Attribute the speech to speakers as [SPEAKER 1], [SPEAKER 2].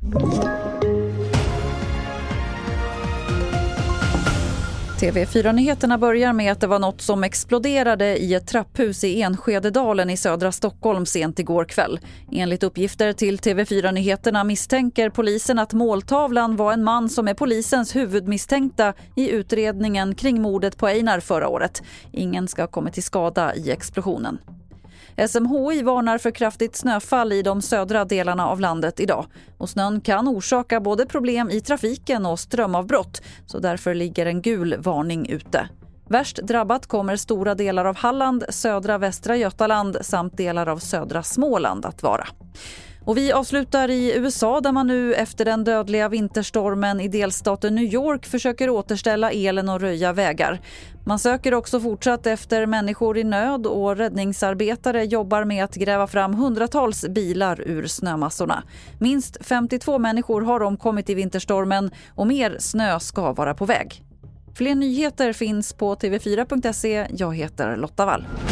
[SPEAKER 1] TV4-nyheterna börjar med att det var något som exploderade i ett trapphus i Enskededalen i södra Stockholm sent igår kväll. Enligt uppgifter till TV4-nyheterna misstänker polisen att måltavlan var en man som är polisens huvudmisstänkta i utredningen kring mordet på Einar förra året. Ingen ska ha kommit till skada i explosionen. SMHI varnar för kraftigt snöfall i de södra delarna av landet idag. Och snön kan orsaka både problem i trafiken och strömavbrott, så därför ligger en gul varning ute. Värst drabbat kommer stora delar av Halland, södra västra Götaland samt delar av södra Småland att vara. Och vi avslutar i USA där man nu efter den dödliga vinterstormen i delstaten New York försöker återställa elen och röja vägar. Man söker också fortsatt efter människor i nöd och räddningsarbetare jobbar med att gräva fram hundratals bilar ur snömassorna. Minst 52 människor har omkommit i vinterstormen och mer snö ska vara på väg. Fler nyheter finns på tv4.se. Jag heter Lotta Wall.